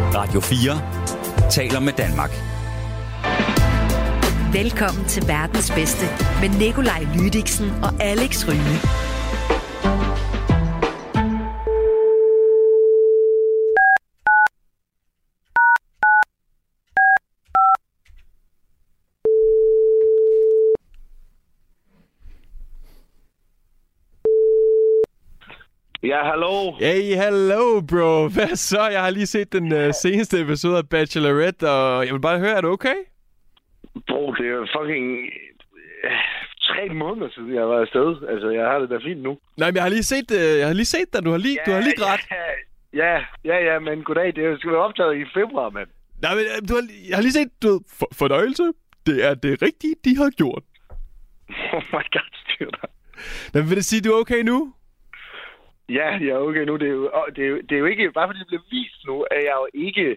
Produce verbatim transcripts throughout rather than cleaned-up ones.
Radio fire taler med Danmark. Velkommen til verdens bedste med Nikolaj Lydiksen og Alex Rygge. Ja, hallo. Hey, hallo, bro. Hvad så? Jeg har lige set den uh, seneste episode af Bachelorette, og jeg vil bare høre, er du okay? Bro, det er jo fucking øh, tre måneder siden, jeg var afsted. Altså, jeg har det da fint nu. Nej, men jeg har lige set, uh, jeg har lige set dig. Du har lige, ja, du har lige grædt. Ja, ja, ja, men goddag. Det skal være optaget i februar, mand. Nej, men du har, jeg har lige set, du ved, for, fornøjelse. Det er det rigtige, de har gjort. Oh my god, styr dig. Men vil det sige, du er okay nu? Ja, jeg er okay nu. Det er, jo, det, er jo, det er jo ikke, bare fordi det bliver vist nu, at jeg jo ikke,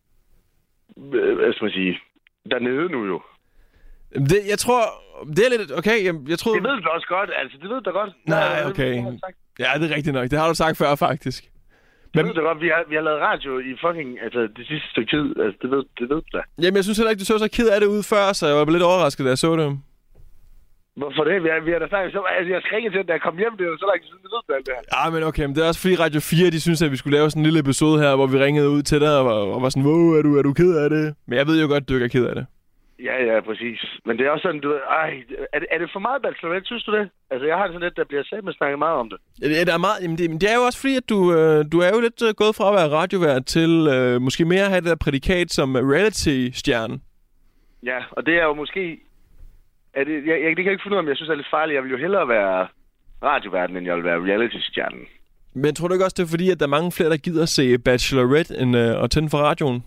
hvad skal man sige, dernede nu jo. Det, jeg tror, det er lidt, okay, jeg, jeg tror... Det ved du også godt, altså, det ved du godt. Nej, okay. Ja, det er rigtigt nok. Det har du sagt før, faktisk. Men... Det ved du godt, vi har, vi har lavet radio i fucking, altså, det sidste stykke tid. Altså, det ved, det ved du da. Jamen, jeg synes heller ikke, du så så ked af det ud før, så jeg var lidt overrasket, da jeg så det. Hvorfor det? Vi har, vi har da sagt, så, altså, jeg skrækkede til, da jeg kom hjem, det er så langt siden, det ved du alt det her. Ja, men okay, men det er også fordi Radio fire, de synes, at vi skulle lave sådan en lille episode her, hvor vi ringede ud til dig og var, og var sådan, wow, er du, er du ked af det? Men jeg ved jo godt, at du ikke er ked af det. Ja, ja, præcis. Men det er også sådan, du ved, ej, er det, er det for meget Bachelorette, synes du det? Altså, jeg har det sådan lidt, der bliver sagt med snakket meget om det. Ja, der er meget, jamen det, det er jo også fordi, at du, øh, du er jo lidt øh, gået fra at være radiovært til øh, måske mere at have det der prædikat som reality-stjerne. Ja, og det er jo måske... Er det, jeg, jeg, det kan jeg ikke finde ud af, om jeg synes, det er lidt farligt. Jeg vil jo hellere være radioverden, end jeg vil være reality-stjernen. Men tror du ikke også, det er fordi, at der er mange flere, der gider at se Bachelorette, end øh, at tænde for radioen?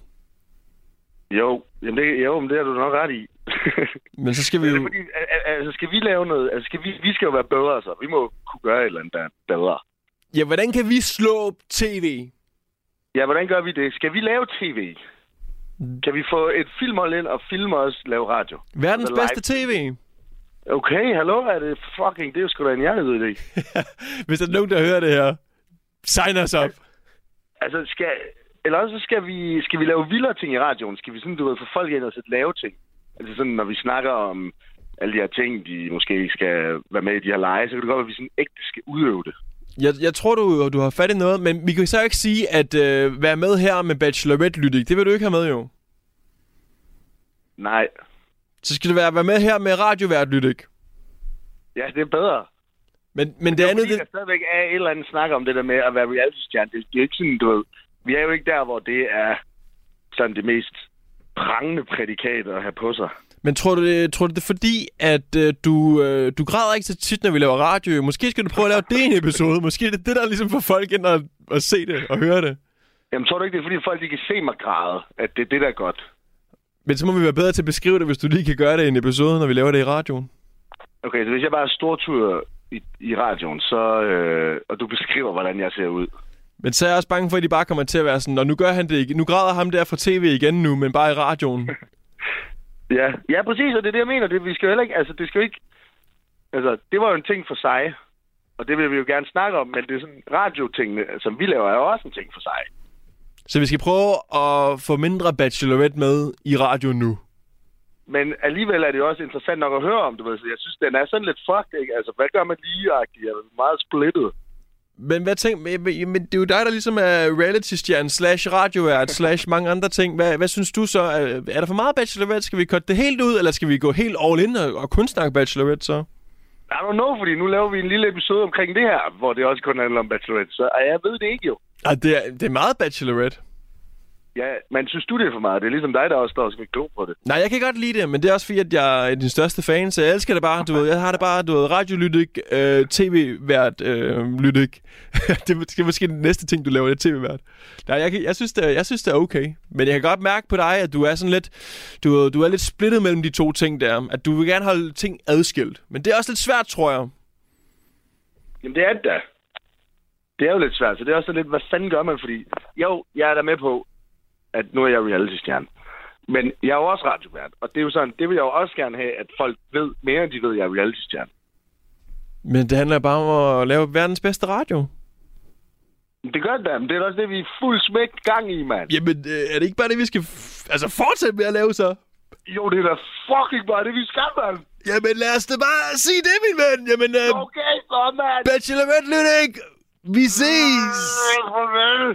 Jo, jamen det, jo, men det har du nok ret i. Men så skal vi jo... Fordi, altså, skal vi lave noget... Altså, skal vi, vi skal jo være bedre, så. Vi må kunne gøre et eller andet, der er bedre. Ja, hvordan kan vi slå tv? Ja, hvordan gør vi det? Skal vi lave tv? Kan vi få et filmhold ind og filme os lave radio? Verdens altså, bedste tv. Okay, hallo, er det fucking... Det er jo sgu da en hjernet idé. Hvis der er nogen, der hører det her, sign os op. Altså, skal... Eller også skal vi, skal vi lave vildere ting i radioen. Skal vi sådan, du ved, få folk ind og sætte lave ting. Altså sådan, når vi snakker om alle de her ting, de måske skal være med i de her lege, så kan det godt være, at vi sådan ægte skal udøve det. Jeg, jeg tror, du, du har fat i noget, men vi kan så ikke sige, at øh, være med her med Bachelorette-lydik. Det vil du ikke have med, jo. Nej. Så skal det være, være med her med radiovært-lydik. Ja, det er bedre. Men, men det, det er andet... Fordi, det... der stadigvæk er et eller andet snak om det der med at være reality-stjerne. Det, det er ikke sådan, du ved... Vi er jo ikke der, hvor det er sådan det mest prangende prædikat at have på sig. Men tror du det, tror du det er fordi, at øh, du, øh, du græder ikke så tit, når vi laver radio? Måske skal du prøve at lave det i en episode. Måske er det det, der ligesom får folk ind og, og se det og høre det. Jamen, tror du ikke, det er fordi folk de kan se mig græde, at det er det, der er godt? Men så må vi være bedre til at beskrive det, hvis du lige kan gøre det i en episode, når vi laver det i radioen. Okay, så hvis jeg bare er stortur i, i radioen, så, øh, og du beskriver, hvordan jeg ser ud. Men så er jeg også bange for, at de bare kommer til at være sådan, og nu gør han det ikke. Nu græder ham der fra tv igen nu, men bare i radioen. ja, ja, præcis, og det er det, jeg mener. Det, vi skal jo heller ikke, altså, det skal jo ikke, altså, det var jo en ting for sig, og det vil vi jo gerne snakke om, men det er sådan, radiotingene, som vi laver, er jo også en ting for sig. Så vi skal prøve at få mindre Bachelorette med i radioen nu. Men alligevel er det jo også interessant nok at høre om, du ved, så jeg synes, den er sådan lidt fucked, ikke? Altså, hvad gør man lige-agtigt? Jeg er meget splittet. Men hvad tænk, men, men det er jo dig, der ligesom er reality-stjerne slash radiovært slash mange andre ting. Hvad, hvad synes du så? Er, er der for meget Bachelorette? Skal vi cutte det helt ud, eller skal vi gå helt all in og, og kun snakke Bachelorette så? I don't know, fordi nu laver vi en lille episode omkring det her, hvor det også kun handler om Bachelorette, så jeg ved det ikke jo. Ah, det, er, det er meget Bachelorette. Ja, men synes du, det er for meget? Det er ligesom dig, der også står og skal glo på det. Nej, jeg kan godt lide det, men det er også fordi, at jeg er din største fan, så jeg elsker det bare. Du ved, jeg har det bare, du ved, radiolydik, øh, tv-vært, øh, lydik. Det er måske den næste ting, du laver, det er tv-vært. Nej, jeg, jeg, synes, det er, jeg synes, det er okay. Men jeg kan godt mærke på dig, at du er sådan lidt, du, du er lidt splittet mellem de to ting der. At du vil gerne holde ting adskilt. Men det er også lidt svært, tror jeg. Jamen, det er det da. Det er jo lidt svært, så det er også lidt, hvad fanden gør man? Fordi, jo, jeg er der med på, at nu er jeg reality-stjerne. Men jeg er jo også radiovært, og det er jo sådan, det vil jeg jo også gerne have, at folk ved mere, end de ved, at jeg er reality. Men det handler bare om at lave verdens bedste radio. Det gør det da, men det er også det, vi er fuld smæk gang i, mand. Jamen, øh, er det ikke bare det, vi skal f- altså fortsætte med at lave så? Jo, det er da fucking bare det, vi skal, mand. Jamen, lad os da bare sige det, min ven. Jamen, øh, Okay, så, mand. Bachelorette Lydik, vi ses. Farvel.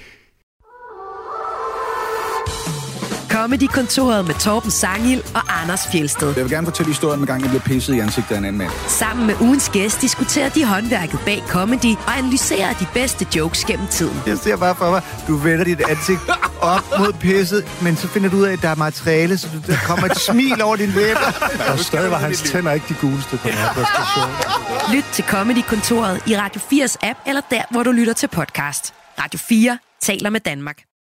Comedy-kontoret med Torben Sangil og Anders Fjeldsted. Jeg vil gerne fortælle historien, med gang jeg blev pisset i ansigtet af en anden mand. Sammen med ugens gæst diskuterer de håndværket bag comedy og analyserer de bedste jokes gennem tiden. Jeg ser bare for mig, du vender dit ansigt op mod pisset, men så finder du ud af, at der er materiale, så der kommer et smil over din læber. Og stadig var hans tænder ikke de guleste på den her station. Lyt til Comedy-kontoret i Radio fires app eller der, hvor du lytter til podcast. Radio fire taler med Danmark.